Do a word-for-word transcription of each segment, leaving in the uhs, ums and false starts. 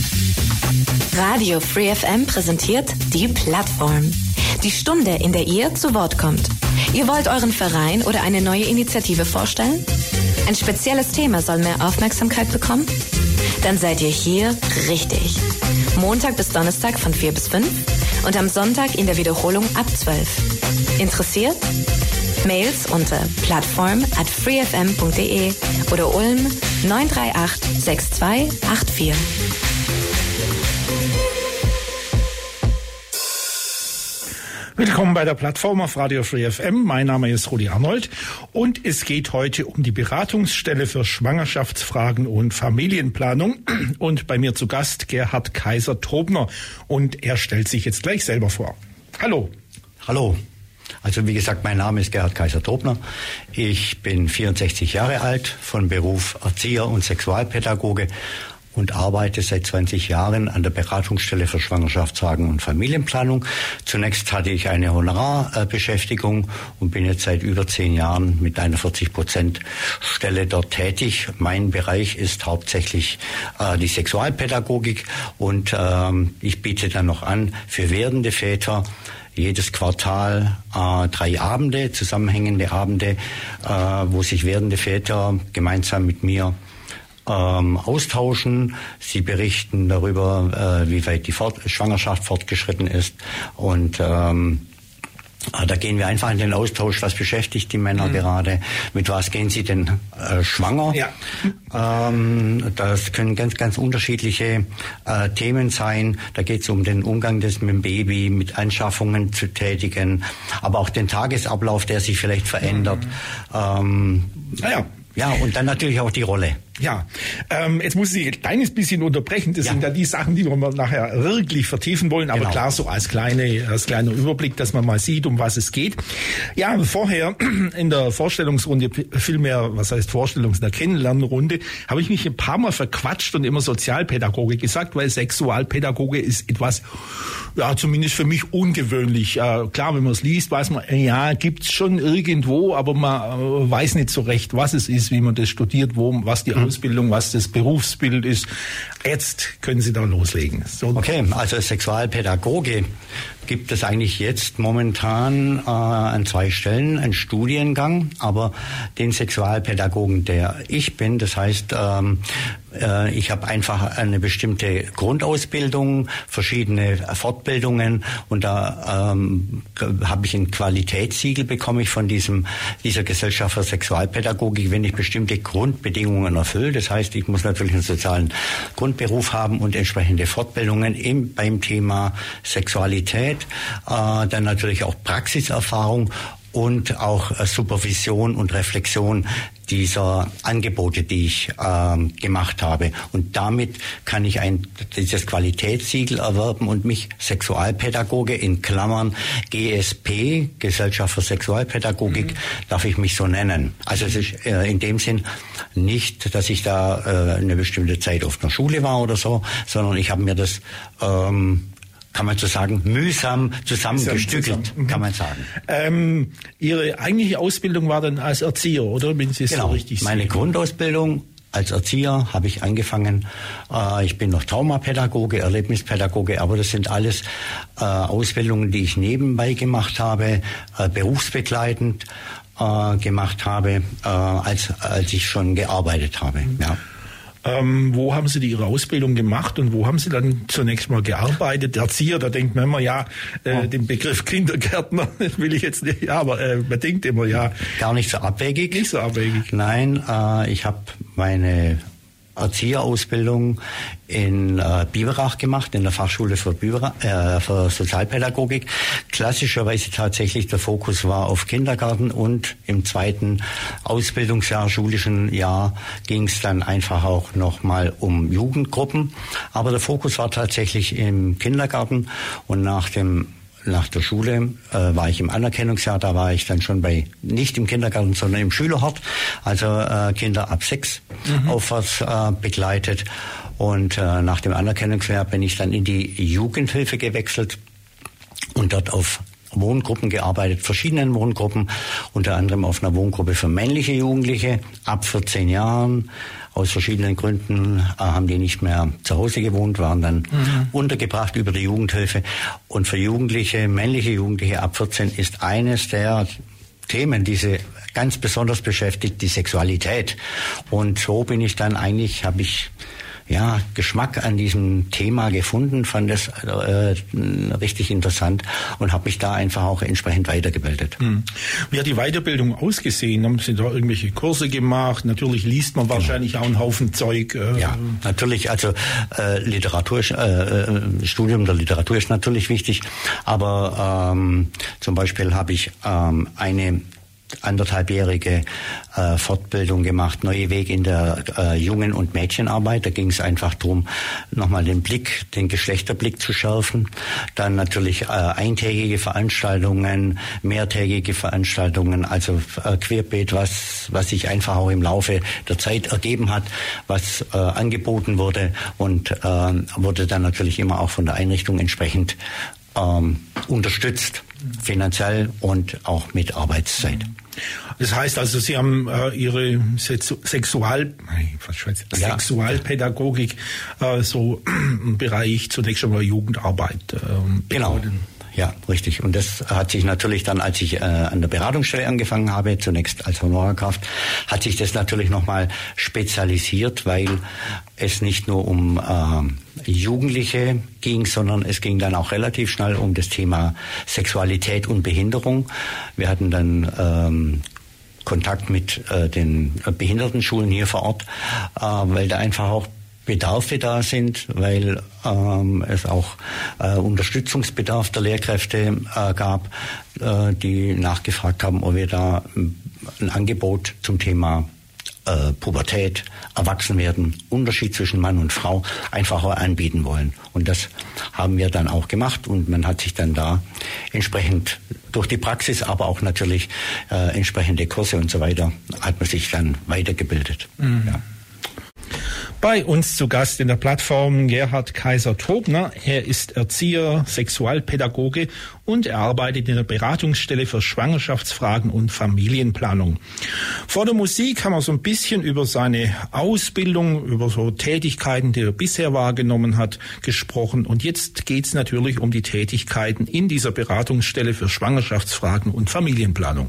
Radio Free F M präsentiert die Plattform. Die Stunde, in der ihr zu Wort kommt. Ihr wollt euren Verein oder eine neue Initiative vorstellen? Ein spezielles Thema soll mehr Aufmerksamkeit bekommen? Dann seid ihr hier richtig. Montag bis Donnerstag von vier bis fünf und am Sonntag in der Wiederholung ab zwölf. Interessiert? Mails unter plattform at freefm punkt de oder Ulm neun drei acht sechs zwei acht vier. Willkommen bei der Plattform auf Radio Free F M. Mein Name ist Rudi Arnold und es geht heute um die Beratungsstelle für Schwangerschaftsfragen und Familienplanung. Und bei mir zu Gast Gerhard Kaiser-Tobner und er stellt sich jetzt gleich selber vor. Hallo. Hallo. Also wie gesagt, mein Name ist Gerhard Kaiser-Tobner. Ich bin vierundsechzig Jahre alt, von Beruf Erzieher und Sexualpädagoge und arbeite seit zwanzig Jahren an der Beratungsstelle für Schwangerschaftsfragen und Familienplanung. Zunächst hatte ich eine Honorarbeschäftigung und bin jetzt seit über zehn Jahren mit einer vierzig Prozent Stelle dort tätig. Mein Bereich ist hauptsächlich äh, die Sexualpädagogik und ähm, ich biete dann noch an für werdende Väter jedes Quartal äh, drei Abende, zusammenhängende Abende, äh, wo sich werdende Väter gemeinsam mit mir Ähm, austauschen. Sie berichten darüber, äh, wie weit die Fort- Schwangerschaft fortgeschritten ist und ähm, da gehen wir einfach in den Austausch, was beschäftigt die Männer mhm. gerade, mit was gehen sie denn äh, schwanger. Ja. Ähm, das können ganz, ganz unterschiedliche äh, Themen sein. Da geht es um den Umgang des, mit dem Baby, mit Anschaffungen zu tätigen, aber auch den Tagesablauf, der sich vielleicht verändert. Mhm. Ähm, naja. Ja, und dann natürlich auch die Rolle. Ja, ähm, jetzt muss ich ein kleines bisschen unterbrechen. Das ja. sind ja die Sachen, die wir nachher wirklich vertiefen wollen. Aber genau. klar, so als, kleine, als kleiner Überblick, dass man mal sieht, um was es geht. Ja, vorher in der Vorstellungsrunde, vielmehr, was heißt Vorstellungs-, in der Kennenlernrunde, habe ich mich ein paar Mal verquatscht und immer Sozialpädagoge gesagt, weil Sexualpädagoge ist etwas, ja, zumindest für mich ungewöhnlich. Äh, klar, wenn man es liest, weiß man, ja, gibt's schon irgendwo, aber man äh, weiß nicht so recht, was es ist, wie man das studiert, wo, was die Ausbildung, was das Berufsbild ist. Jetzt können Sie da loslegen. So. Okay, also Sexualpädagoge gibt es eigentlich jetzt momentan äh, an zwei Stellen einen Studiengang, aber den Sexualpädagogen, der ich bin, das heißt, ähm, äh, ich habe einfach eine bestimmte Grundausbildung, verschiedene Fortbildungen und da ähm, habe ich ein Qualitätssiegel bekomme ich von diesem dieser Gesellschaft für Sexualpädagogik, wenn ich bestimmte Grundbedingungen erfülle. Das heißt, ich muss natürlich einen sozialen Grundberuf haben und entsprechende Fortbildungen im, beim Thema Sexualität. Äh, dann natürlich auch Praxiserfahrung und auch äh, Supervision und Reflexion dieser Angebote, die ich äh, gemacht habe. Und damit kann ich ein dieses Qualitätssiegel erwerben und mich Sexualpädagoge in Klammern G S P, Gesellschaft für Sexualpädagogik, mhm. darf ich mich so nennen. Also es ist äh, in dem Sinn nicht, dass ich da äh, eine bestimmte Zeit auf einer Schule war oder so, sondern ich habe mir das ähm, kann man so sagen, mühsam zusammengestückelt, zusammen. kann man sagen. Ähm, Ihre eigentliche Ausbildung war dann als Erzieher, oder? Wenn Sie es genau. so richtig sehen. Meine Grundausbildung als Erzieher habe ich angefangen. Äh, ich bin noch Traumapädagoge, Erlebnispädagoge, aber das sind alles äh, Ausbildungen, die ich nebenbei gemacht habe, äh, berufsbegleitend äh, gemacht habe, äh, als, als ich schon gearbeitet habe. Mhm. Ja. Ähm, wo haben Sie die, Ihre Ausbildung gemacht und wo haben Sie dann zunächst mal gearbeitet? Erzieher, da denkt man immer, ja, äh, oh. den Begriff Kindergärtner will ich jetzt nicht, ja, aber äh, man denkt immer, ja. Gar nicht so abwegig. Nicht so abwegig. Nein, äh, ich habe meine Erzieherausbildung in äh, Biberach gemacht, in der Fachschule für, Biberach, äh, für Sozialpädagogik. Klassischerweise tatsächlich der Fokus war auf Kindergarten und im zweiten Ausbildungsjahr, schulischen Jahr, ging es dann einfach auch nochmal um Jugendgruppen. Aber der Fokus war tatsächlich im Kindergarten und nach dem Nach der Schule äh, war ich im Anerkennungsjahr, da war ich dann schon bei, nicht im Kindergarten, sondern im Schülerhort, also äh, Kinder ab sechs mhm. aufwärts äh, begleitet. Und äh, nach dem Anerkennungsjahr bin ich dann in die Jugendhilfe gewechselt und dort auf Wohngruppen gearbeitet, verschiedenen Wohngruppen, unter anderem auf einer Wohngruppe für männliche Jugendliche ab vierzehn Jahren. Aus verschiedenen Gründen äh, haben die nicht mehr zu Hause gewohnt, waren dann mhm. untergebracht über die Jugendhilfe. Und für Jugendliche, männliche Jugendliche ab vierzehn ist eines der Themen, die sie ganz besonders beschäftigt, die Sexualität. Und so bin ich dann eigentlich, habe ich ja, Geschmack an diesem Thema gefunden, fand das äh, richtig interessant und habe mich da einfach auch entsprechend weitergebildet. Hm. Wie hat die Weiterbildung ausgesehen? Haben Sie da irgendwelche Kurse gemacht? Natürlich liest man wahrscheinlich genau. auch einen Haufen Zeug. Äh, ja, natürlich. Also äh, Literatur, äh, Studium der Literatur ist natürlich wichtig, aber ähm, zum Beispiel habe ich ähm, eine anderthalbjährige äh, Fortbildung gemacht, neue Weg in der äh, Jungen- und Mädchenarbeit. Da ging es einfach darum, nochmal den Blick, den Geschlechterblick zu schärfen. Dann natürlich äh, eintägige Veranstaltungen, mehrtägige Veranstaltungen, also äh, querbeet, was, was sich einfach auch im Laufe der Zeit ergeben hat, was äh, angeboten wurde und äh, wurde dann natürlich immer auch von der Einrichtung entsprechend ähm, unterstützt, finanziell und auch mit Arbeitszeit. Das heißt also, Sie haben äh, Ihre Sexu- Sexual, ja. Sexualpädagogik äh, so im Bereich zunächst einmal Jugendarbeit äh, genau. Ja, richtig. Und das hat sich natürlich dann, als ich äh, an der Beratungsstelle angefangen habe, zunächst als Honorarkraft, hat sich das natürlich nochmal spezialisiert, weil es nicht nur um äh, Jugendliche ging, sondern es ging dann auch relativ schnell um das Thema Sexualität und Behinderung. Wir hatten dann ähm, Kontakt mit äh, den Behindertenschulen hier vor Ort, äh, weil da einfach auch Bedarfe da sind, weil ähm, es auch äh, Unterstützungsbedarf der Lehrkräfte äh, gab, äh, die nachgefragt haben, ob wir da ein Angebot zum Thema äh, Pubertät, Erwachsenwerden, Unterschied zwischen Mann und Frau einfach auch anbieten wollen. Und das haben wir dann auch gemacht und man hat sich dann da entsprechend durch die Praxis, aber auch natürlich äh, entsprechende Kurse und so weiter, hat man sich dann weitergebildet. Mhm. Ja. Bei uns zu Gast in der Plattform Gerhard Kaiser-Tobner. Er ist Erzieher, Sexualpädagoge und er arbeitet in der Beratungsstelle für Schwangerschaftsfragen und Familienplanung. Vor der Musik haben wir so ein bisschen über seine Ausbildung, über so Tätigkeiten, die er bisher wahrgenommen hat, gesprochen. Und jetzt geht es natürlich um die Tätigkeiten in dieser Beratungsstelle für Schwangerschaftsfragen und Familienplanung.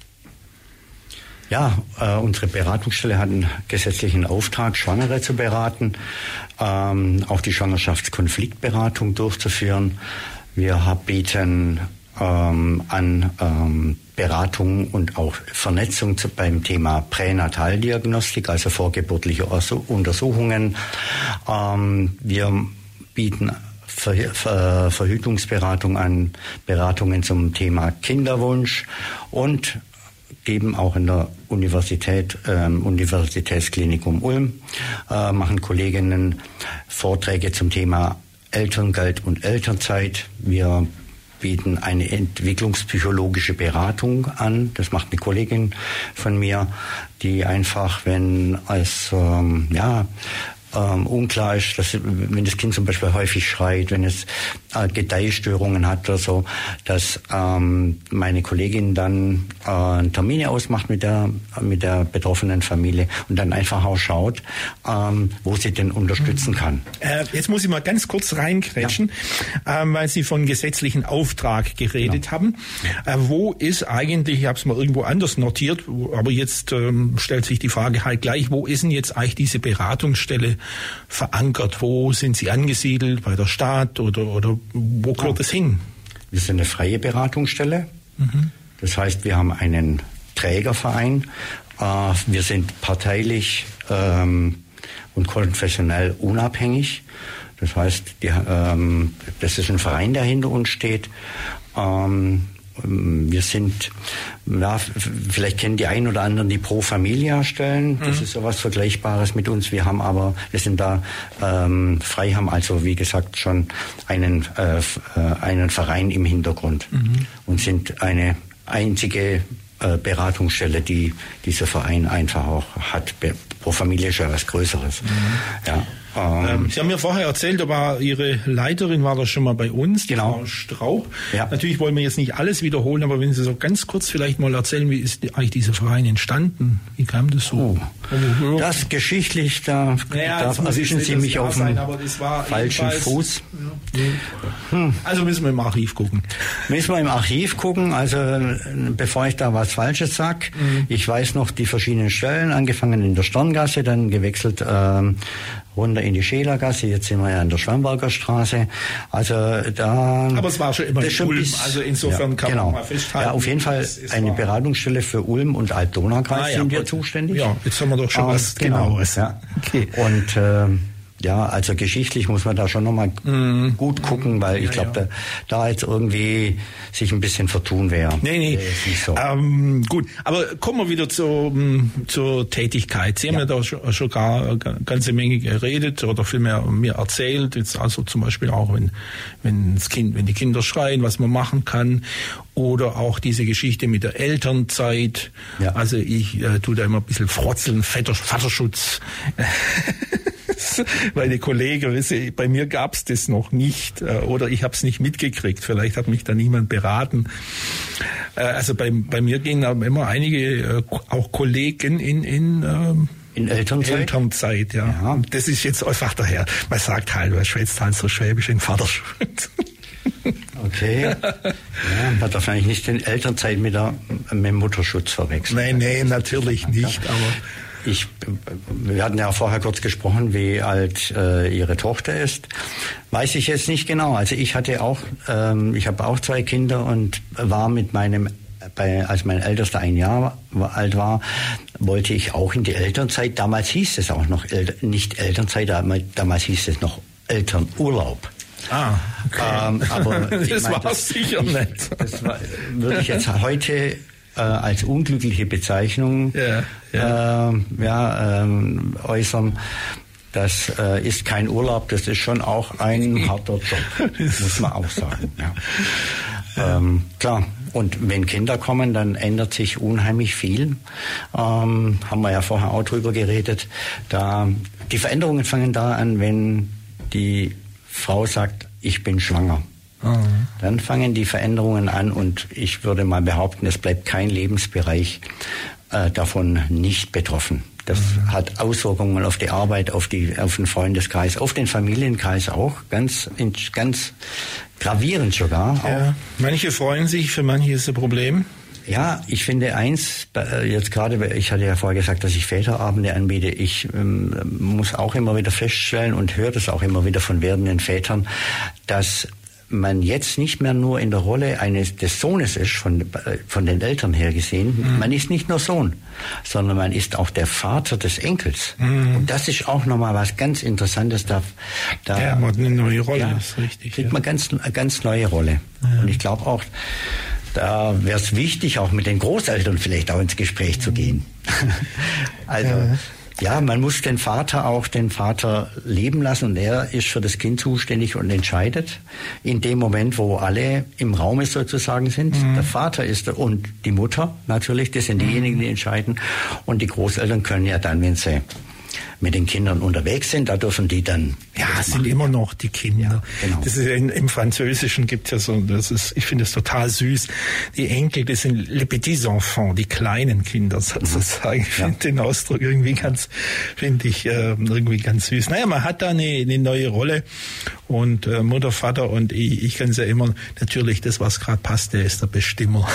Ja, äh, unsere Beratungsstelle hat einen gesetzlichen Auftrag, Schwangere zu beraten, ähm, auch die Schwangerschaftskonfliktberatung durchzuführen. Wir haben, bieten ähm, an ähm, Beratung und auch Vernetzung zu, beim Thema Pränataldiagnostik, also vorgeburtliche Untersuchungen. Ähm, wir bieten Ver, Ver, Verhütungsberatung an, Beratungen zum Thema Kinderwunsch und geben auch in der Universität, ähm, Universitätsklinikum Ulm, äh, machen Kolleginnen Vorträge zum Thema Elterngeld und Elternzeit. Wir bieten eine entwicklungspsychologische Beratung an. Das macht eine Kollegin von mir, die einfach, wenn es, ähm, ja, Ähm, unklar ist, dass, wenn das Kind zum Beispiel häufig schreit, wenn es äh, Gedeihstörungen hat oder so, dass ähm, meine Kollegin dann äh, Termine ausmacht mit der mit der betroffenen Familie und dann einfach auch schaut, ähm, wo sie denn unterstützen kann. Äh, jetzt muss ich mal ganz kurz reinkrätschen, ja. ähm, weil Sie von gesetzlichen Auftrag geredet genau. haben. Äh, wo ist eigentlich, ich habe es mal irgendwo anders notiert, aber jetzt ähm, stellt sich die Frage halt gleich, wo ist denn jetzt eigentlich diese Beratungsstelle verankert? Wo sind Sie angesiedelt? Bei der Stadt oder, oder wo gehört es hin? Wir sind eine freie Beratungsstelle. Mhm. Das heißt, wir haben einen Trägerverein. Äh, wir sind parteilich ähm, und konfessionell unabhängig. Das heißt, die, ähm, das ist ein Verein, der hinter uns steht. Ähm, Wir sind, ja, vielleicht kennen die einen oder anderen die Pro Familia stellen. Das mhm. ist sowas Vergleichbares mit uns. Wir haben aber, wir sind da ähm, frei, haben also wie gesagt schon einen äh, einen Verein im Hintergrund mhm. und sind eine einzige äh, Beratungsstelle, die dieser Verein einfach auch hat. Pro Familia ist ja was Größeres. Mhm. Ja. Ähm, Sie haben mir vorher erzählt, da war Ihre Leiterin, war da schon mal bei uns, die genau. Frau Straub. Ja. Natürlich wollen wir jetzt nicht alles wiederholen, aber wenn Sie so ganz kurz vielleicht mal erzählen, wie ist eigentlich dieser Verein entstanden? Wie kam das so? Oh. Das geschichtlich, da, naja, da erwischen Sie mich auf dem falschen Fuß. Ja. Hm. Also müssen wir im Archiv gucken. Müssen wir im Archiv gucken, also bevor ich da was Falsches sag. Mhm. Ich weiß noch die verschiedenen Stellen, angefangen in der Sterngasse, dann gewechselt ähm, runter in die Schelergasse, jetzt sind wir ja an der Schwamberger Straße. Also da... Aber es war schon immer in Ulm, bis, also insofern ja, kann genau. man mal festhalten. Ja, auf jeden Fall eine Beratungsstelle für Ulm und Alt-Donau-Kreis ah, ja, sind wir gut. zuständig. Ja, jetzt haben wir doch schon um, was genau, Genaues. Ja. Okay. Und äh, ja, also geschichtlich muss man da schon nochmal mm. gut gucken, weil ich ja, glaube, ja. da, da jetzt irgendwie sich ein bisschen vertun wäre. Nee, nee. Nicht so. Ähm, gut, aber kommen wir wieder zur, zur Tätigkeit. Sie haben ja, ja da schon, schon gar eine ganze Menge geredet oder vielmehr mir erzählt. Jetzt also zum Beispiel auch, wenn, wenn das Kind, wenn die Kinder schreien, was man machen kann. Oder auch diese Geschichte mit der Elternzeit. Ja. Also ich äh, tue da immer ein bisschen frotzeln, Vetter, Vaterschutz. Meine Kollegen, wissen, bei mir gab's das noch nicht oder ich habe es nicht mitgekriegt. Vielleicht hat mich da niemand beraten. Also bei, bei mir gehen immer einige, auch Kollegen in, in In Elternzeit? Elternzeit, ja. ja. Das ist jetzt einfach daher. Man sagt halt, man schwätzt halt so schwäbisch in Vaterschutz. Okay. Ja, man darf eigentlich nicht in Elternzeit mit, der, mit dem Mutterschutz verwechseln. Nein, nein, natürlich nicht, aber... Ich, wir hatten ja vorher kurz gesprochen, wie alt äh, Ihre Tochter ist. Weiß ich jetzt nicht genau. Also ich hatte auch, ähm, ich habe auch zwei Kinder und war mit meinem, bei, als mein Ältester ein Jahr alt war, wollte ich auch in die Elternzeit. Damals hieß es auch noch El- nicht Elternzeit, damals hieß es noch Elternurlaub. Ah, okay. Ähm, aber das war es sicher ich, nicht. Das war, würde ich jetzt heute äh, als unglückliche Bezeichnung ja, ja. Äh, ja, ähm, äußern. Das äh, ist kein Urlaub, das ist schon auch ein harter Job, muss man auch sagen. Ja. Ähm, klar, und wenn Kinder kommen, dann ändert sich unheimlich viel. Ähm, haben wir ja vorher auch drüber geredet. Da, die Veränderungen fangen da an, wenn die Frau sagt, ich bin schwanger. Mhm. Dann fangen die Veränderungen an und ich würde mal behaupten, es bleibt kein Lebensbereich äh, davon nicht betroffen. Das mhm. hat Auswirkungen auf die Arbeit, auf die, auf den Freundeskreis, auf den Familienkreis auch, ganz, ganz gravierend sogar. Ja. Manche freuen sich, für manche ist es ein Problem. Ja, ich finde eins, jetzt gerade, ich hatte ja vorher gesagt, dass ich Väterabende anbiete, ich ähm, muss auch immer wieder feststellen und höre das auch immer wieder von werdenden Vätern, dass man jetzt nicht mehr nur in der Rolle eines des Sohnes ist, von, von den Eltern her gesehen. Mhm. Man ist nicht nur Sohn, sondern man ist auch der Vater des Enkels. Mhm. Und das ist auch nochmal was ganz Interessantes. Da, da ja, man hat eine neue Rolle, ja, das ist richtig. Kriegt ja. man ganz, eine ganz neue Rolle. Ja. Und ich glaube auch, da wäre es wichtig, auch mit den Großeltern vielleicht auch ins Gespräch mhm. zu gehen. Also... Ja. Ja, man muss den Vater auch den Vater leben lassen und er ist für das Kind zuständig und entscheidet in dem Moment, wo alle im Raum sozusagen sind. Mhm. Der Vater ist der, und die Mutter natürlich, das sind diejenigen, die entscheiden. Und die Großeltern können ja dann, wenn sie mit den Kindern unterwegs sind, da dürfen die dann... Ja, es sind immer noch die Kinder. Ja, genau. Das ist in, im Französischen gibt's ja so, das ist, ich finde es total süß. Die Enkel, das sind les petits enfants, die kleinen Kinder sozusagen. Ich finde ja. den Ausdruck irgendwie ganz, finde ich äh, irgendwie ganz süß. Naja, man hat da eine, eine neue Rolle und äh, Mutter, Vater und ich, ich kann es ja immer, natürlich das, was gerade passt, der ist der Bestimmer.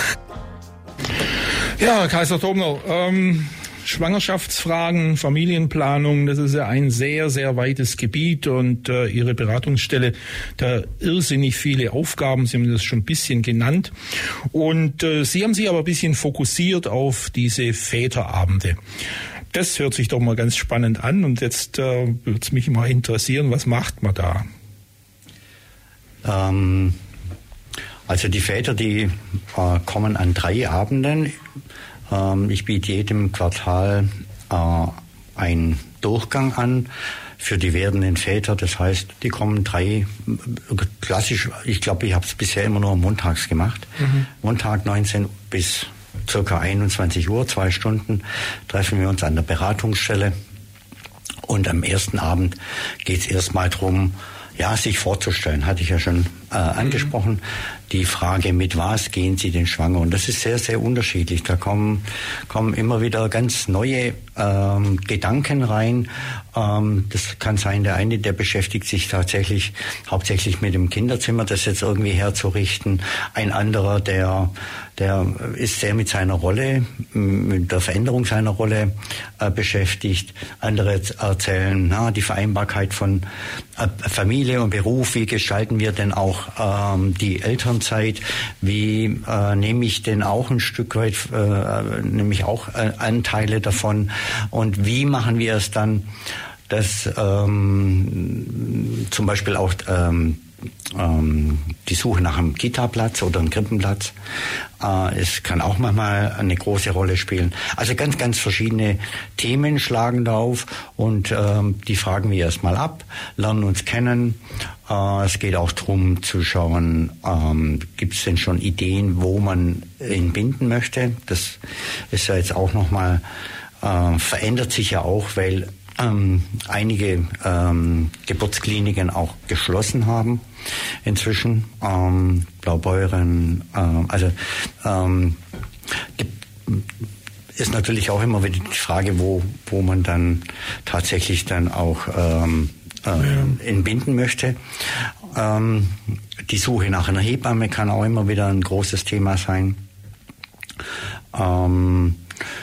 Ja, Kaiser Tobner, ähm, Schwangerschaftsfragen, Familienplanung, das ist ja ein sehr, sehr weites Gebiet und äh, Ihre Beratungsstelle, da irrsinnig viele Aufgaben, Sie haben das schon ein bisschen genannt und äh, Sie haben sich aber ein bisschen fokussiert auf diese Väterabende. Das hört sich doch mal ganz spannend an und jetzt äh, würde es mich mal interessieren, was macht man da? Ähm, also die Väter, die äh, kommen an drei Abenden. Ich biete jedem Quartal äh, einen Durchgang an für die werdenden Väter. Das heißt, die kommen drei, klassisch, ich glaube, ich habe es bisher immer nur montags gemacht. Mhm. Montag neunzehn bis circa einundzwanzig Uhr, zwei Stunden, treffen wir uns an der Beratungsstelle Und am ersten Abend geht es erstmal darum, ja, sich vorzustellen, hatte ich ja schon äh, angesprochen. Mhm. Die Frage, mit was gehen Sie denn schwanger? Und das ist sehr, sehr unterschiedlich. Da kommen, kommen immer wieder ganz neue ähm, Gedanken rein. Ähm, das kann sein, der eine, der beschäftigt sich tatsächlich hauptsächlich mit dem Kinderzimmer, das jetzt irgendwie herzurichten. Ein anderer, der, der ist sehr mit seiner Rolle, mit der Veränderung seiner Rolle äh, beschäftigt. Andere erzählen, na, die Vereinbarkeit von äh, Familie und Beruf. Wie gestalten wir denn auch ähm, die Elternzeit? Wie äh, nehme ich denn auch ein Stück weit, äh, nehme ich auch äh, Anteile davon? Und wie machen wir es dann, dass ähm, zum Beispiel auch ähm, ähm, die Suche nach einem Kita-Platz oder einem Krippenplatz, äh, es kann auch manchmal eine große Rolle spielen. Also ganz, ganz verschiedene Themen schlagen da auf und ähm, die fragen wir erstmal ab, lernen uns kennen. Äh, es geht auch darum zu schauen, ähm, gibt es denn schon Ideen, wo man ihn binden möchte? Das ist ja jetzt auch nochmal, äh, verändert sich ja auch, weil Ähm, einige ähm, Geburtskliniken auch geschlossen haben inzwischen. Ähm, Blaubeuren, ähm, also ähm, ist natürlich auch immer wieder die Frage, wo wo man dann tatsächlich dann auch ähm, äh, ja. entbinden möchte. Ähm, die Suche nach einer Hebamme kann auch immer wieder ein großes Thema sein. Ähm,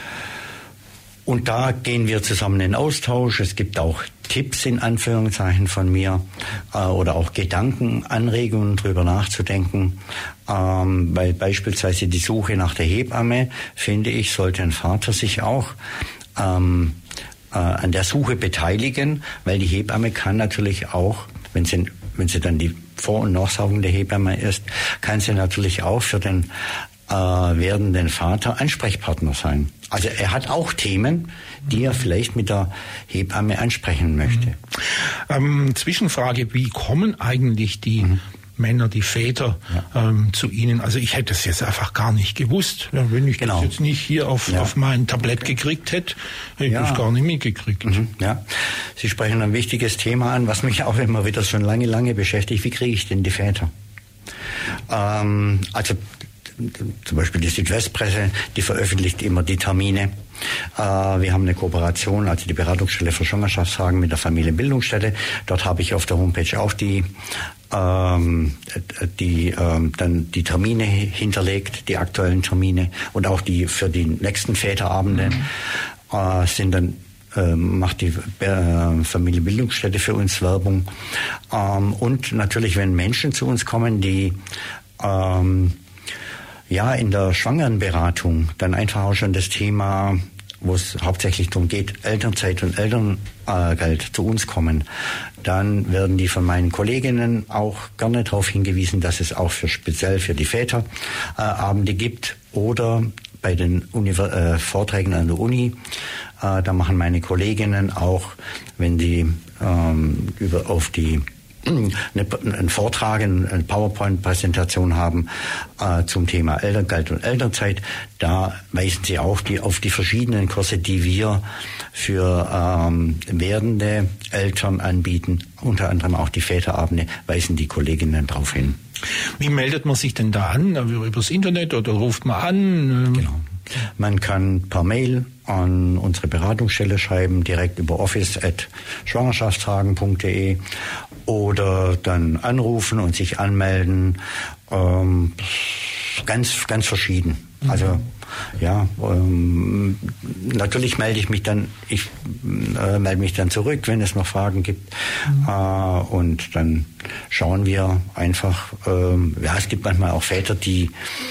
Und da gehen wir zusammen in Austausch. Es gibt auch Tipps in Anführungszeichen von mir äh, oder auch Gedanken, Anregungen, drüber nachzudenken. Ähm, weil beispielsweise die Suche nach der Hebamme, finde ich, sollte ein Vater sich auch ähm, äh, an der Suche beteiligen, weil die Hebamme kann natürlich auch, wenn sie, wenn sie dann die vor- und nachsaugende Hebamme ist, kann sie natürlich auch für den äh, werdenden Vater Ansprechpartner sein. Also er hat auch Themen, die er vielleicht mit der Hebamme ansprechen möchte. Ähm, Zwischenfrage, wie kommen eigentlich die mhm. Männer, die Väter ja. ähm, zu Ihnen? Also ich hätte das jetzt einfach gar nicht gewusst. Ja, wenn ich genau. das jetzt nicht hier auf, ja. auf mein Tablett gekriegt hätte, hätte ich ja. das gar nicht mitgekriegt. Mhm. Ja. Sie sprechen ein wichtiges Thema an, was mich auch immer wieder schon lange, lange beschäftigt. Wie kriege ich denn die Väter? Ähm, also zum Beispiel die Südwestpresse, die veröffentlicht immer die Termine. Äh, wir haben eine Kooperation, also die Beratungsstelle für Schwangerschaftsfragen mit der Familienbildungsstelle. Dort habe ich auf der Homepage auch die, ähm, die, ähm, dann die Termine hinterlegt, die aktuellen Termine und auch die für die nächsten Väterabende mhm. äh, sind dann Ähm, macht die äh, Familienbildungsstätte für uns Werbung. Ähm, und natürlich, wenn Menschen zu uns kommen, die ähm, ja in der Schwangerenberatung dann einfach auch schon das Thema, wo es hauptsächlich darum geht, Elternzeit und Elterngeld äh, zu uns kommen, dann werden die von meinen Kolleginnen auch gerne darauf hingewiesen, dass es auch für speziell für die Väter äh, Abende gibt oder bei den Univers- äh, Vorträgen an der Uni. Äh, da machen meine Kolleginnen auch, wenn die ähm, über auf die eine, einen Vortrag, eine PowerPoint-Präsentation haben äh, zum Thema Elterngeld und Elternzeit. Da weisen sie auch die, auf die verschiedenen Kurse, die wir für ähm, werdende Eltern anbieten, unter anderem auch die Väterabende, weisen die Kolleginnen darauf hin. Wie meldet man sich denn da an? Übers Internet oder ruft man an? Genau. Man kann per Mail an unsere Beratungsstelle schreiben, direkt über office at schwangerschaftsfragen punkt de oder dann anrufen und sich anmelden. Ähm, ganz, ganz verschieden. Mhm. Also ja, ähm, natürlich melde ich mich dann, ich äh, melde mich dann zurück, wenn es noch Fragen gibt. Mhm. Äh, und dann schauen wir einfach, ähm, ja, es gibt manchmal auch Väter, die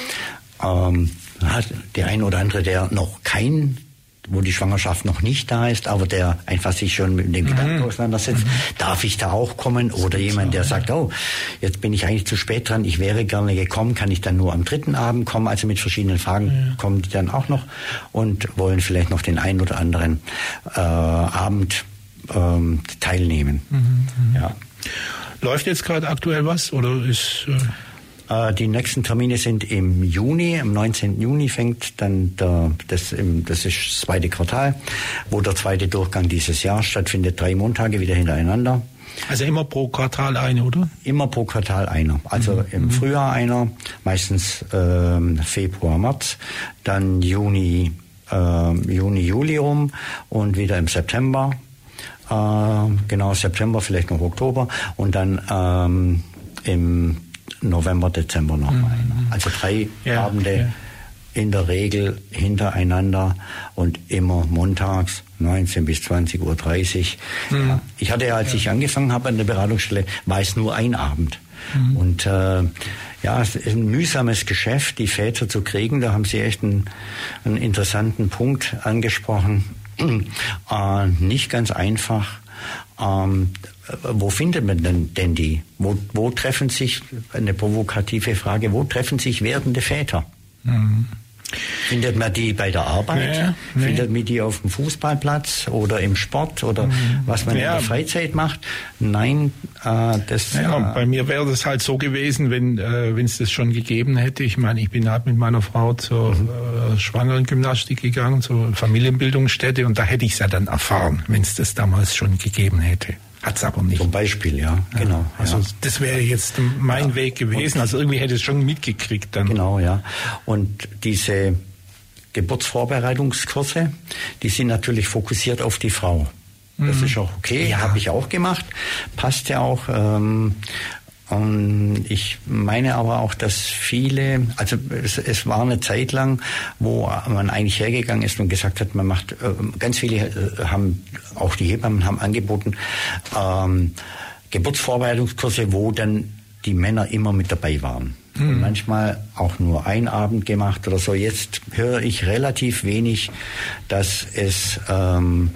ähm, der ein oder andere, der noch kein, wo die Schwangerschaft noch nicht da ist, aber der einfach sich schon mit dem Gedanken mhm. auseinandersetzt, mhm. darf ich da auch kommen? Oder jemand, der sagt, oh, jetzt bin ich eigentlich zu spät dran, ich wäre gerne gekommen, kann ich dann nur am dritten Abend kommen? Also mit verschiedenen Fragen ja. kommen die dann auch noch und wollen vielleicht noch den einen oder anderen äh, Abend ähm, teilnehmen. Mhm. Ja. Läuft jetzt gerade aktuell was oder ist... Äh Äh, die nächsten Termine sind im Juni, am neunzehnten Juni fängt dann der, das, im, das ist das zweite Quartal, wo der zweite Durchgang dieses Jahr stattfindet, drei Montage wieder hintereinander. Also immer pro Quartal eine, oder? Immer pro Quartal einer. Also mhm. im Frühjahr einer, meistens ähm, Februar, März, dann Juni, äh, Juni, Juli rum und wieder im September. Äh, genau, September, vielleicht noch Oktober und dann ähm, im November, Dezember nochmal mhm. einer. Also drei ja, Abende ja. in der Regel hintereinander und immer montags neunzehn bis zwanzig Uhr dreißig. Mhm. Ja. Ich hatte ja, als ja. ich angefangen habe an der Beratungsstelle, war es nur ein Abend. Mhm. Und äh, ja, es ist ein mühsames Geschäft, die Väter zu kriegen. Da haben Sie echt einen, einen interessanten Punkt angesprochen. Äh, nicht ganz einfach. Ähm, wo findet man denn, denn die? Wo, wo treffen sich, eine provokative Frage, wo treffen sich werdende Väter? Mhm. Findet man die bei der Arbeit? Ja, nee. Findet man die auf dem Fußballplatz oder im Sport oder mhm. was man ja. in der Freizeit macht? Nein, äh, das... Ja, äh, bei mir wäre das halt so gewesen, wenn äh, wenn es das schon gegeben hätte. Ich meine, ich bin halt mit meiner Frau zur mhm. äh, Schwangerengymnastik gegangen, zur Familienbildungsstätte und da hätte ich es ja dann erfahren, wenn es das damals schon gegeben hätte. Hat's aber nicht. Zum Beispiel, ja, genau. Ja, also ja. das wäre jetzt mein ja. Weg gewesen. Und also irgendwie hätte es schon mitgekriegt dann. Genau, ja. Und diese Geburtsvorbereitungskurse, die sind natürlich fokussiert auf die Frau. Das mhm. ist auch okay, ja. habe ich auch gemacht. Passt ja auch. Ähm, Und ich meine aber auch, dass viele, also es, es war eine Zeit lang, wo man eigentlich hergegangen ist und gesagt hat, man macht, ganz viele haben, auch die Hebammen haben angeboten, ähm, Geburtsvorbereitungskurse, wo dann die Männer immer mit dabei waren. Mhm. Und manchmal auch nur ein Abend gemacht oder so. Jetzt höre ich relativ wenig, dass es ähm,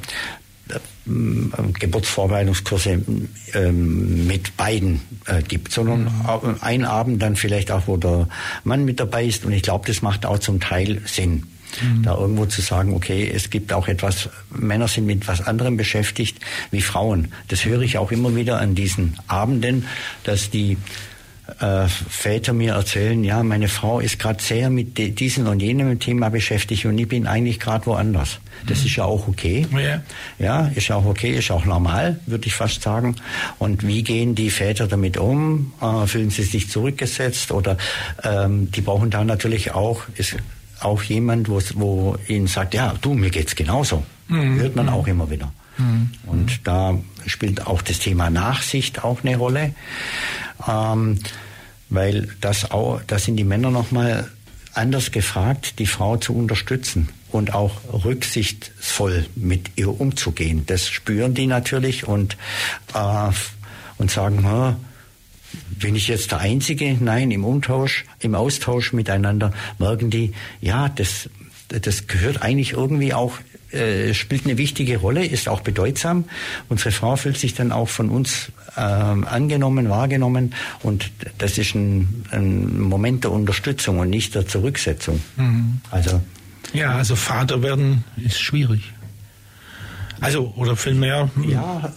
Geburtsvorbereitungskurse ähm, mit beiden äh, gibt, sondern mhm. ein Abend dann vielleicht auch, wo der Mann mit dabei ist. Und ich glaube, das macht auch zum Teil Sinn, mhm. da irgendwo zu sagen, okay, es gibt auch etwas, Männer sind mit was anderem beschäftigt wie Frauen. Das höre ich auch immer wieder an diesen Abenden, dass die Äh, Väter mir erzählen, ja, meine Frau ist gerade sehr mit de- diesem und jenem Thema beschäftigt und ich bin eigentlich gerade woanders. Das mhm. ist ja auch okay. Ja. ja, ist ja auch okay, ist auch normal, würde ich fast sagen. Und wie gehen die Väter damit um? Äh, fühlen sie sich zurückgesetzt oder ähm, die brauchen da natürlich auch, ist auch jemand, wo, wo ihnen sagt, ja, du, mir geht's genauso. Mhm. Hört man auch immer wieder. Mhm. Und da spielt auch das Thema Nachsicht auch eine Rolle, ähm, weil das auch, da sind die Männer nochmal anders gefragt, die Frau zu unterstützen und auch rücksichtsvoll mit ihr umzugehen. Das spüren die natürlich und, äh, und sagen, hm, bin ich jetzt der Einzige? Nein, im Umtausch, im Austausch miteinander merken die, ja, das, das gehört eigentlich irgendwie auch, äh, spielt eine wichtige Rolle, ist auch bedeutsam. Unsere Frau fühlt sich dann auch von uns äh, angenommen, wahrgenommen und das ist ein, ein Moment der Unterstützung und nicht der Zurücksetzung. Mhm. Also ja, also Vater werden ist schwierig. Also, oder vielmehr... Ja,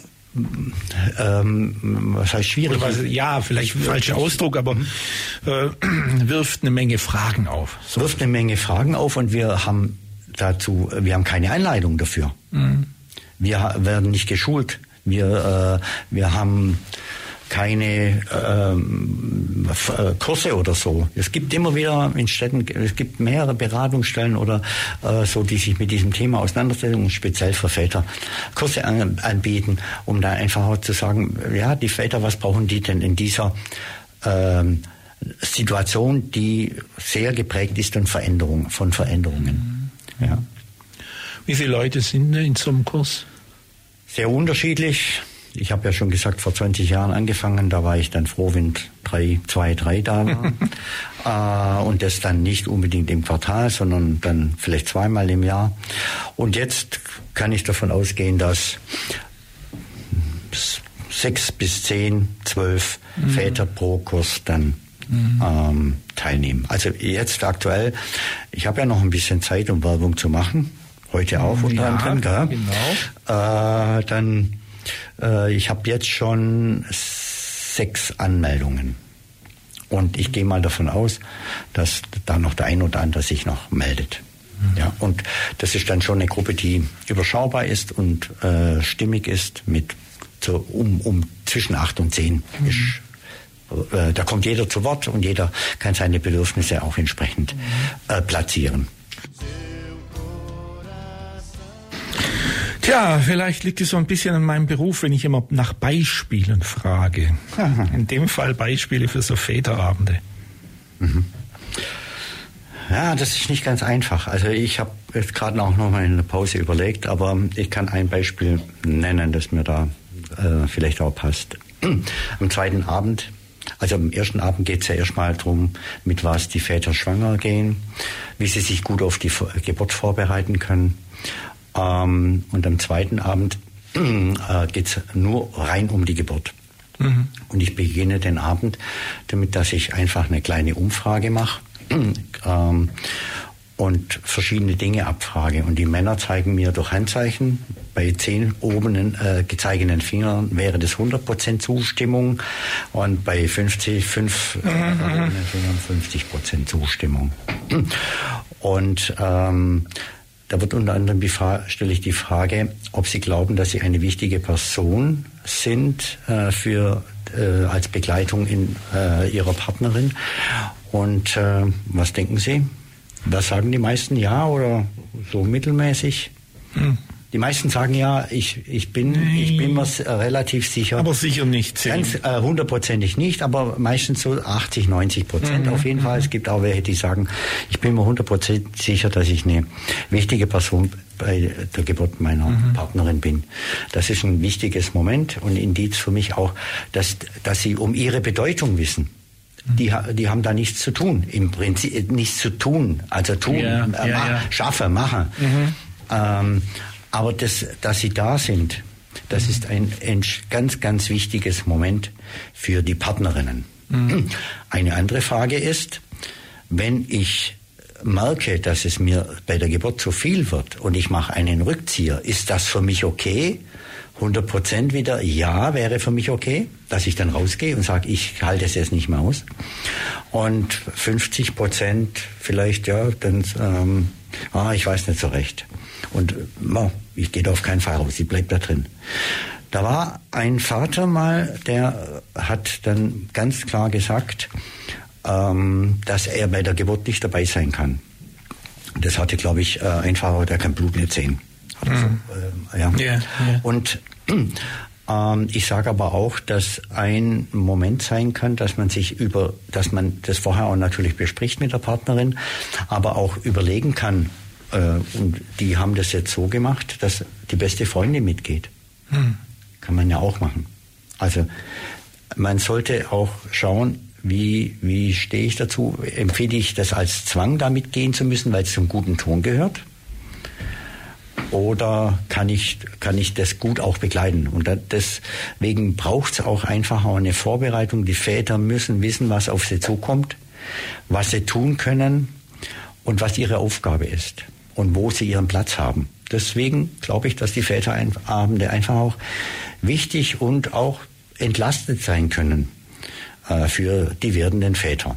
ähm, was heißt schwierig? Was, ja, vielleicht falscher Ausdruck, aber äh, wirft eine Menge Fragen auf. So. Wirft eine Menge Fragen auf und wir haben dazu, wir haben keine Anleitung dafür. Mhm. Wir werden nicht geschult. Wir, äh, wir haben keine ähm, Kurse oder so. Es gibt immer wieder in Städten, es gibt mehrere Beratungsstellen oder äh, so, die sich mit diesem Thema auseinandersetzen und speziell für Väter Kurse an, anbieten, um da einfach auch zu sagen, ja, die Väter, was brauchen die denn in dieser ähm, Situation, die sehr geprägt ist von Veränderungen, von Veränderungen. Mhm. Ja. Wie viele Leute sind in so einem Kurs? Sehr unterschiedlich. Ich habe ja schon gesagt, vor zwanzig Jahren angefangen, da war ich dann froh, wenn drei, zwei, drei da waren. äh, und das dann nicht unbedingt im Quartal, sondern dann vielleicht zweimal im Jahr. Und jetzt kann ich davon ausgehen, dass sechs bis zehn, zwölf mhm. Väter pro Kurs dann mhm. ähm, teilnehmen. Also jetzt aktuell, ich habe ja noch ein bisschen Zeit, um Werbung zu machen. Heute auch unter ja, anderem, gell? Genau. Äh, dann Ich habe jetzt schon sechs Anmeldungen. Und ich gehe mal davon aus, dass da noch der ein oder andere sich noch meldet. Mhm. Ja, und das ist dann schon eine Gruppe, die überschaubar ist und äh, stimmig ist mit so um, um zwischen acht und zehn. Mhm. Ist, äh, da kommt jeder zu Wort und jeder kann seine Bedürfnisse auch entsprechend mhm. äh, platzieren. Tja, vielleicht liegt es so ein bisschen an meinem Beruf, wenn ich immer nach Beispielen frage. In dem Fall Beispiele für so Väterabende. Mhm. Ja, das ist nicht ganz einfach. Also ich habe jetzt gerade auch noch mal in der Pause überlegt, aber ich kann ein Beispiel nennen, das mir da äh, vielleicht auch passt. Am zweiten Abend, also am ersten Abend geht es ja erstmal darum, mit was die Väter schwanger gehen, wie sie sich gut auf die Geburt vorbereiten können. Ähm, und am zweiten Abend äh, geht es nur rein um die Geburt. Mhm. Und ich beginne den Abend damit, dass ich einfach eine kleine Umfrage mache ähm, und verschiedene Dinge abfrage. Und die Männer zeigen mir durch Handzeichen, bei zehn oben äh, gezeigenen Fingern wäre das hundert Prozent Zustimmung und bei fünfzig, fünf äh, mhm. Fingern fünfzig Prozent Zustimmung. Und ähm, da wird unter anderem die Frage, stelle ich die Frage, ob Sie glauben, dass Sie eine wichtige Person sind äh, für äh, als Begleitung in äh, Ihrer Partnerin. Und äh, was denken Sie? Was sagen die meisten? Ja oder so mittelmäßig? Hm. Die meisten sagen ja, ich, ich bin nee. ich bin mir relativ sicher. Aber sicher nicht. Ganz äh, hundertprozentig nicht, aber meistens so achtzig, neunzig Prozent mhm. auf jeden Fall. Es gibt auch welche, die sagen, ich bin mir hundertprozentig sicher, dass ich eine wichtige Person bei der Geburt meiner mhm. Partnerin bin. Das ist ein wichtiges Moment und Indiz für mich auch, dass, dass sie um ihre Bedeutung wissen. Die, die haben da nichts zu tun. Im Prinzip nichts zu tun. Also tun, ja, äh, ja, ja. Schaffe, machen. Mhm. Ähm, Aber das, dass sie da sind, das mhm. ist ein, ein ganz, ganz wichtiges Moment für die Partnerinnen. Mhm. Eine andere Frage ist, wenn ich merke, dass es mir bei der Geburt zu viel wird und ich mache einen Rückzieher, ist das für mich okay? hundert Prozent wieder, ja, wäre für mich okay, dass ich dann rausgehe und sage, ich halte es jetzt nicht mehr aus. Und fünfzig Prozent vielleicht, ja, dann, ähm, ah, ich weiß nicht so recht. Und oh, ich gehe da auf keinen Fall raus, sie bleibt da drin. Da war ein Vater mal, der hat dann ganz klar gesagt, ähm, dass er bei der Geburt nicht dabei sein kann. Das hatte, glaube ich, äh, einfach, der kein Blut nicht sehen. Mhm. So, äh, ja. Yeah, yeah. Und ähm, ich sage aber auch, dass ein Moment sein kann, dass man sich über, dass man das vorher auch natürlich bespricht mit der Partnerin, aber auch überlegen kann, und die haben das jetzt so gemacht, dass die beste Freundin mitgeht. Hm. Kann man ja auch machen. Also man sollte auch schauen, wie, wie stehe ich dazu? Empfehle ich das als Zwang, da mitgehen zu müssen, weil es zum guten Ton gehört? Oder kann ich, kann ich das gut auch begleiten? Und deswegen braucht es auch einfach auch eine Vorbereitung. Die Väter müssen wissen, was auf sie zukommt, was sie tun können und was ihre Aufgabe ist. Und wo sie ihren Platz haben. Deswegen glaube ich, dass die Väterabende einfach auch wichtig und auch entlastet sein können äh, für die werdenden Väter.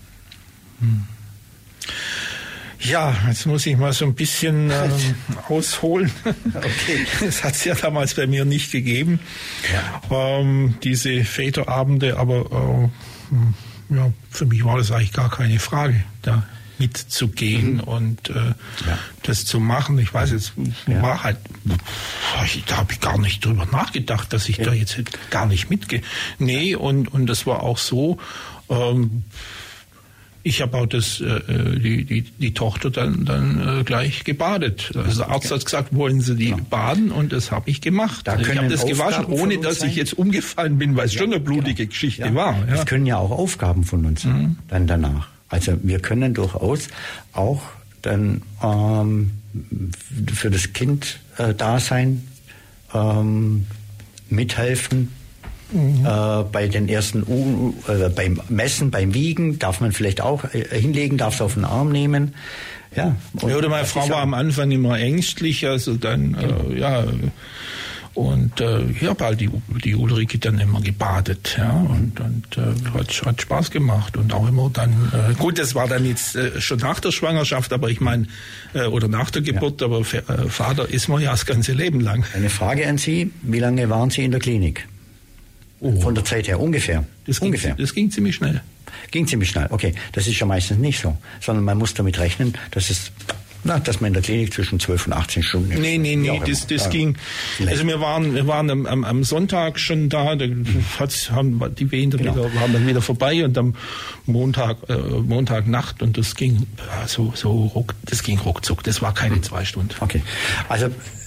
Ja, jetzt muss ich mal so ein bisschen ähm, ausholen. Okay. Das hat es ja damals bei mir nicht gegeben, ja. ähm, diese Väterabende, aber äh, ja, für mich war das eigentlich gar keine Frage. Da mitzugehen mhm. und äh, ja. das zu machen. Ich weiß jetzt, ja. war halt, da habe ich gar nicht drüber nachgedacht, dass ich ja. da jetzt gar nicht mitgehe. Nee, und, und das war auch so, ähm, ich habe auch das, äh, die, die, die Tochter dann, dann äh, gleich gebadet. Also der Arzt hat gesagt, wollen Sie die ja. baden? Und das habe ich gemacht. Da ich habe das gewaschen, ohne dass sein. ich jetzt umgefallen bin, weil es ja, schon eine blutige genau. Geschichte ja. war. Ja. Das können ja auch Aufgaben von uns sein, mhm. dann danach. Also wir können durchaus auch dann ähm, für das Kind äh, da sein, ähm, mithelfen. Mhm. Äh, bei den ersten U, äh, beim Messen, beim Wiegen darf man vielleicht auch äh, hinlegen, darf es auf den Arm nehmen. Ja. ja oder meine Frau war am Anfang immer ängstlich, also dann genau. äh, ja. Und äh, ich habe halt die, die Ulrike dann immer gebadet, ja, und, und äh, hat, hat Spaß gemacht und auch immer dann, äh, gut, das war dann jetzt äh, schon nach der Schwangerschaft, aber ich meine, äh, oder nach der Geburt, ja. aber äh, Vater ist man ja das ganze Leben lang. Eine Frage an Sie, wie lange waren Sie in der Klinik? Oh. Von der Zeit her ungefähr? Das ging, ungefähr. Das ging ziemlich schnell. Ging ziemlich schnell, okay. Das ist ja meistens nicht so, sondern man muss damit rechnen, dass es, na, dass man in der Klinik zwischen zwölf und achtzehn Stunden ist. Nee, nee, nee, das, das ja. ging, vielleicht. Also wir waren, wir waren am, am, am Sonntag schon da, da hat's, haben die Wehen dann genau. wieder, waren dann wieder vorbei und am Montag, äh, Montagnacht und das ging ja, so, so ruck, das ging ruckzuck, das war keine hm. zwei Stunden. Okay, also, äh,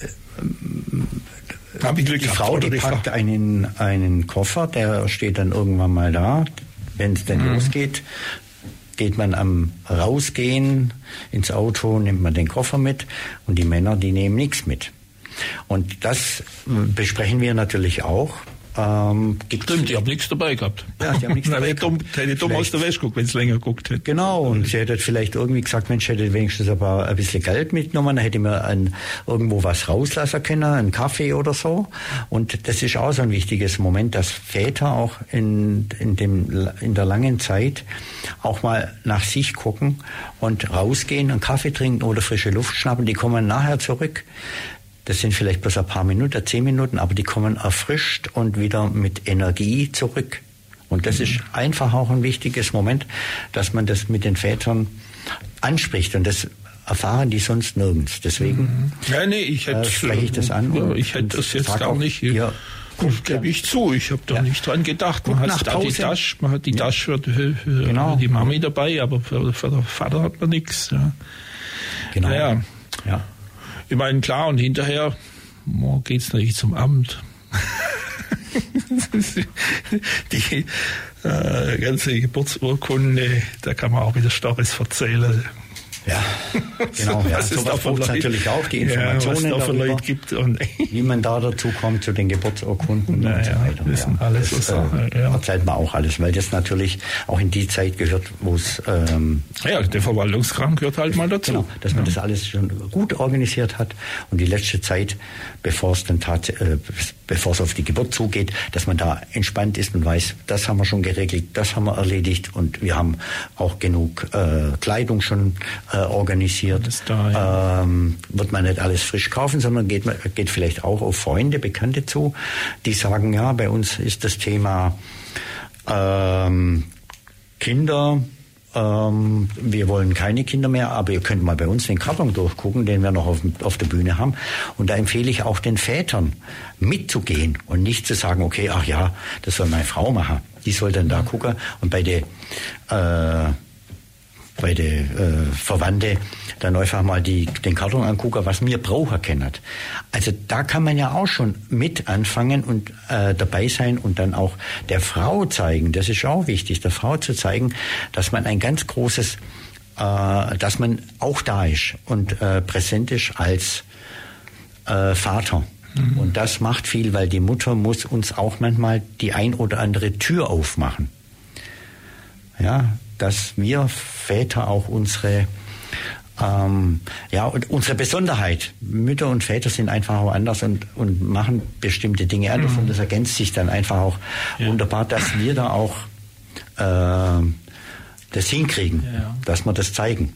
Hab ich die Frau, die packt einen, einen Koffer, der steht dann irgendwann mal da. Wenn es denn mhm. losgeht, geht man am Rausgehen ins Auto, nimmt man den Koffer mit und die Männer, die nehmen nichts mit. Und das besprechen wir natürlich auch. Ähm, Stimmt, die haben nichts dabei gehabt. Ja, die haben nichts dabei gehabt. Hätte dumm aus der Wäsche geguckt, wenn es länger geguckt hätte. Genau, und sie hätte vielleicht irgendwie gesagt, Mensch, hätte wenigstens ein, paar, ein bisschen Geld mitgenommen, dann hätte mir ein, irgendwo was rauslassen können, einen Kaffee oder so. Und das ist auch so ein wichtiges Moment, dass Väter auch in, in, dem, in der langen Zeit auch mal nach sich gucken und rausgehen, einen Kaffee trinken oder frische Luft schnappen. Die kommen nachher zurück. Das sind vielleicht bloß ein paar Minuten, zehn Minuten, aber die kommen erfrischt und wieder mit Energie zurück. Und das mhm. ist einfach auch ein wichtiges Moment, dass man das mit den Vätern anspricht. Und das erfahren die sonst nirgends. Deswegen mhm. ja, nee, ich hätte, äh, spreche ich das an. Ja, und, ich hätte das jetzt gar auch, nicht. Ja, Gut, gebe ich zu, ich habe da ja. nicht dran gedacht. Man hat da die Tasche, man hat die ja. Tasche für, für genau. die Mami dabei, aber für, für den Vater hat man nichts. Ja. Genau. Naja. Ja. Ich meine, klar, und hinterher oh, geht's natürlich zum Amt. Die äh, ganze Geburtsurkunde, da kann man auch wieder Storys erzählen. Ja, genau. Ja, was sowas braucht es natürlich auch, die Informationen ja, was darüber, Leute gibt und wie man da dazu kommt, zu den Geburtsurkunden naja, und so weiter. Das sind ja, alles das, so Sachen, äh, ja. erzählt man auch alles, weil das natürlich auch in die Zeit gehört, wo es... Ähm, ja, der Verwaltungskram gehört halt mal dazu. Genau, dass man ja. das alles schon gut organisiert hat und die letzte Zeit, bevor es dann tat, äh, bevor es auf die Geburt zugeht, dass man da entspannt ist und weiß, das haben wir schon geregelt, das haben wir erledigt und wir haben auch genug äh, Kleidung schon äh, organisiert. Da, ja. ähm, wird man nicht alles frisch kaufen, sondern geht, man, geht vielleicht auch auf Freunde, Bekannte zu, die sagen, ja, bei uns ist das Thema ähm, Kinder, ähm, wir wollen keine Kinder mehr, aber ihr könnt mal bei uns den Karton durchgucken, den wir noch auf, auf der Bühne haben. Und da empfehle ich auch den Vätern mitzugehen und nicht zu sagen, okay, ach ja, das soll meine Frau machen. Die soll dann da gucken und bei der äh, bei der äh, Verwandte dann einfach mal die, den Karton angucken, was mir brauchen können. Also da kann man ja auch schon mit anfangen und äh, dabei sein und dann auch der Frau zeigen, das ist auch wichtig, der Frau zu zeigen, dass man ein ganz großes, äh, dass man auch da ist und äh, präsent ist als äh, Vater. Mhm. Und das macht viel, weil die Mutter muss uns auch manchmal die ein oder andere Tür aufmachen. Ja, dass wir Väter auch unsere ähm, ja und unsere Besonderheit, Mütter und Väter sind einfach auch anders und, und machen bestimmte Dinge anders mhm. und das ergänzt sich dann einfach auch ja. wunderbar, dass wir da auch äh, das hinkriegen, ja. dass wir das zeigen.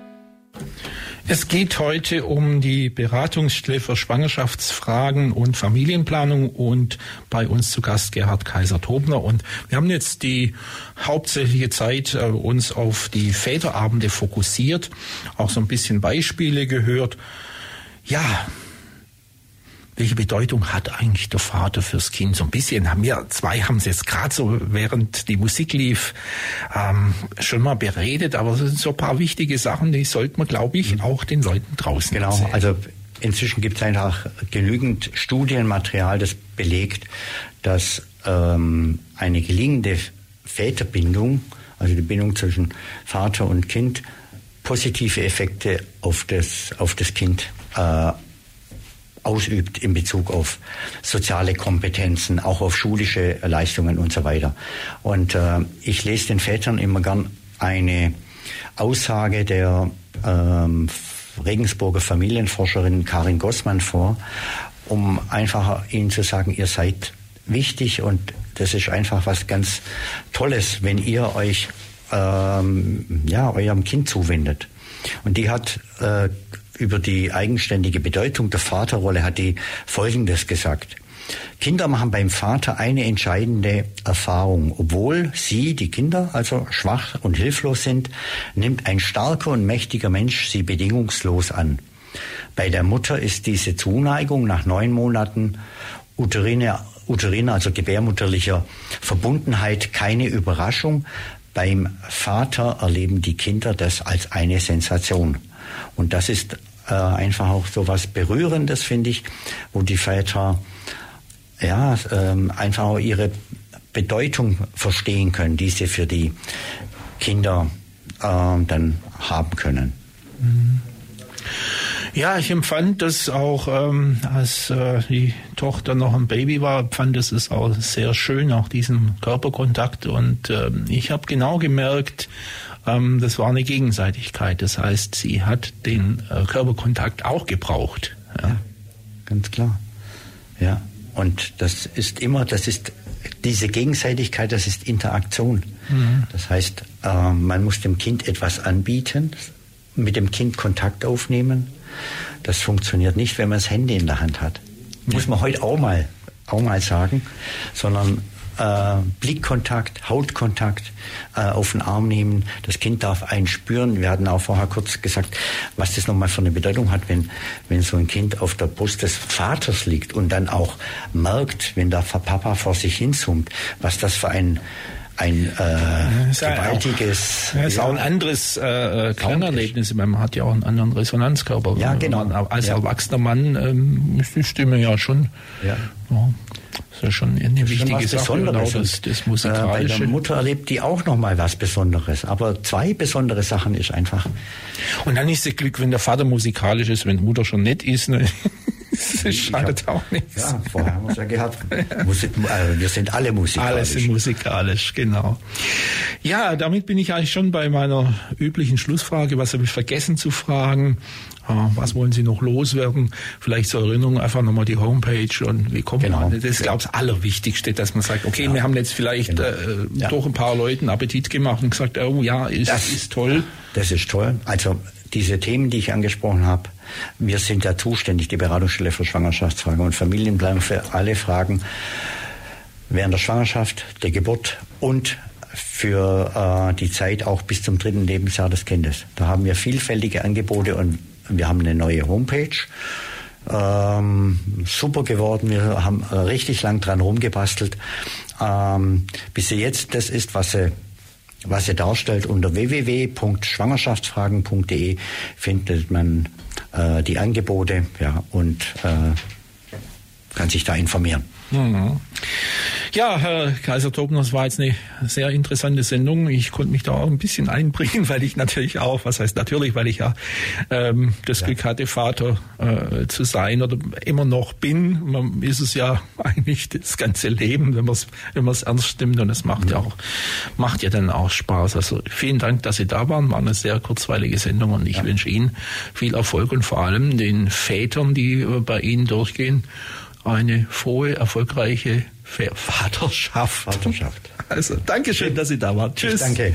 Es geht heute um die Beratungsstelle für Schwangerschaftsfragen und Familienplanung und bei uns zu Gast Gerhard Kaiser-Tobner. Und wir haben jetzt die hauptsächliche Zeit äh, uns auf die Väterabende fokussiert, auch so ein bisschen Beispiele gehört. Ja, welche Bedeutung hat eigentlich der Vater fürs Kind? So ein bisschen haben wir, zwei haben es jetzt gerade so, während die Musik lief, ähm, schon mal beredet, aber es sind so ein paar wichtige Sachen, die sollte man, glaube ich, auch den Leuten draußen Genau, erzählen. Also inzwischen gibt es einfach genügend Studienmaterial, das belegt, dass ähm, eine gelingende Väterbindung, also die Bindung zwischen Vater und Kind, positive Effekte auf das, auf das Kind äh, ausübt in Bezug auf soziale Kompetenzen, auch auf schulische Leistungen und so weiter. Und äh, ich lese den Vätern immer gern eine Aussage der ähm, Regensburger Familienforscherin Karin Gossmann vor. um einfach ihnen zu sagen, ihr seid wichtig und das ist einfach was ganz Tolles, wenn ihr euch ähm, ja, eurem Kind zuwendet. Und die hat äh, über die eigenständige Bedeutung der Vaterrolle hat die Folgendes gesagt. Kinder machen beim Vater eine entscheidende Erfahrung. Obwohl sie, die Kinder, also schwach und hilflos sind, nimmt ein starker und mächtiger Mensch sie bedingungslos an. Bei der Mutter ist diese Zuneigung nach neun Monaten uterine, uterine, also gebärmutterlicher Verbundenheit keine Überraschung. Beim Vater erleben die Kinder das als eine Sensation. Und das ist äh, einfach auch so was Berührendes, finde ich, wo die Väter ja, ähm, einfach auch ihre Bedeutung verstehen können, die sie für die Kinder äh, dann haben können. Ja, ich empfand das auch, ähm, als äh, die Tochter noch ein Baby war, empfand es ist auch sehr schön, auch diesen Körperkontakt. Und ähm, ich habe genau gemerkt, ähm, das war eine Gegenseitigkeit. Das heißt, sie hat den äh, Körperkontakt auch gebraucht. Ja. Ja, ganz klar. Ja. Und das ist immer, das ist diese Gegenseitigkeit, das ist Interaktion. Mhm. Das heißt, äh, man muss dem Kind etwas anbieten, mit dem Kind Kontakt aufnehmen. Das funktioniert nicht, wenn man das Handy in der Hand hat. Ja. Muss man heute auch mal, auch mal sagen, sondern äh, Blickkontakt, Hautkontakt, äh, auf den Arm nehmen. Das Kind darf einen spüren. Wir hatten auch vorher kurz gesagt, was das nochmal für eine Bedeutung hat, wenn, wenn so ein Kind auf der Brust des Vaters liegt und dann auch merkt, wenn der Papa vor sich hinsummt, was das für ein ein äh, ist gewaltiges... Ja, ist ja auch ein anderes äh, Klangerlebnis. Man hat ja auch einen anderen Resonanzkörper. Ja, genau. Man, als ja. erwachsener Mann ähm, ist die Stimme ja schon... Ja. Ja, das ist ja schon eine das wichtige Sache. Besonderes. Genau, das, das Musikalische. Äh, bei der Mutter erlebt die auch noch mal was Besonderes. Aber zwei besondere Sachen ist einfach... Und dann ist das Glück, wenn der Vater musikalisch ist, wenn die Mutter schon nett ist, ne? Das schadet hab, auch nichts. Ja, vorher haben wir es ja gehabt. Musik, äh, wir sind alle musikalisch. Alle sind musikalisch, genau. Ja, damit bin ich eigentlich schon bei meiner üblichen Schlussfrage. Was habe ich vergessen zu fragen? Was wollen Sie noch loswerden? Vielleicht zur Erinnerung einfach nochmal die Homepage und wie kommt genau. man? Das ist, glaube ich, das Allerwichtigste, dass man sagt, okay, ja. wir haben jetzt vielleicht genau. äh, ja. durch ein paar Leuten Appetit gemacht und gesagt, oh ja, ist, das ist toll. Das ist toll. Also diese Themen, die ich angesprochen habe, wir sind ja zuständig, die Beratungsstelle für Schwangerschaftsfragen und Familienplanung für alle Fragen während der Schwangerschaft, der Geburt und für äh, die Zeit auch bis zum dritten Lebensjahr des Kindes. Da haben wir vielfältige Angebote und wir haben eine neue Homepage. Ähm, super geworden. Wir haben richtig lang dran rumgebastelt. Ähm, bis sie jetzt das ist, was sie was sie darstellt. Unter w w w punkt schwangerschaftsfragen punkt d e findet man äh, die Angebote, ja, und äh, kann sich da informieren. Mhm. Ja, Herr Kaiser-Tobner, das war jetzt eine sehr interessante Sendung. Ich konnte mich da auch ein bisschen einbringen, weil ich natürlich auch, was heißt natürlich, weil ich ja ähm, das ja. Glück hatte, Vater äh, zu sein oder immer noch bin. Man ist es ja eigentlich das ganze Leben, wenn man es wenn man es ernst nimmt, und es macht mhm. ja auch macht ja dann auch Spaß. Also vielen Dank, dass Sie da waren. War eine sehr kurzweilige Sendung und ich ja. wünsche Ihnen viel Erfolg und vor allem den Vätern, die bei Ihnen durchgehen, eine frohe, erfolgreiche Vaterschaft. Vaterschaft. Also, Dankeschön, dass Sie da waren. Tschüss. Danke.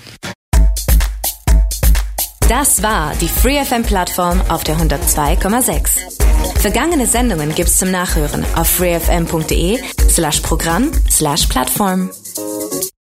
Das war die Free F M-Plattform auf der hundertzwei Komma sechs. Vergangene Sendungen gibt's zum Nachhören auf freefm punkt de slash Programm slash Plattform.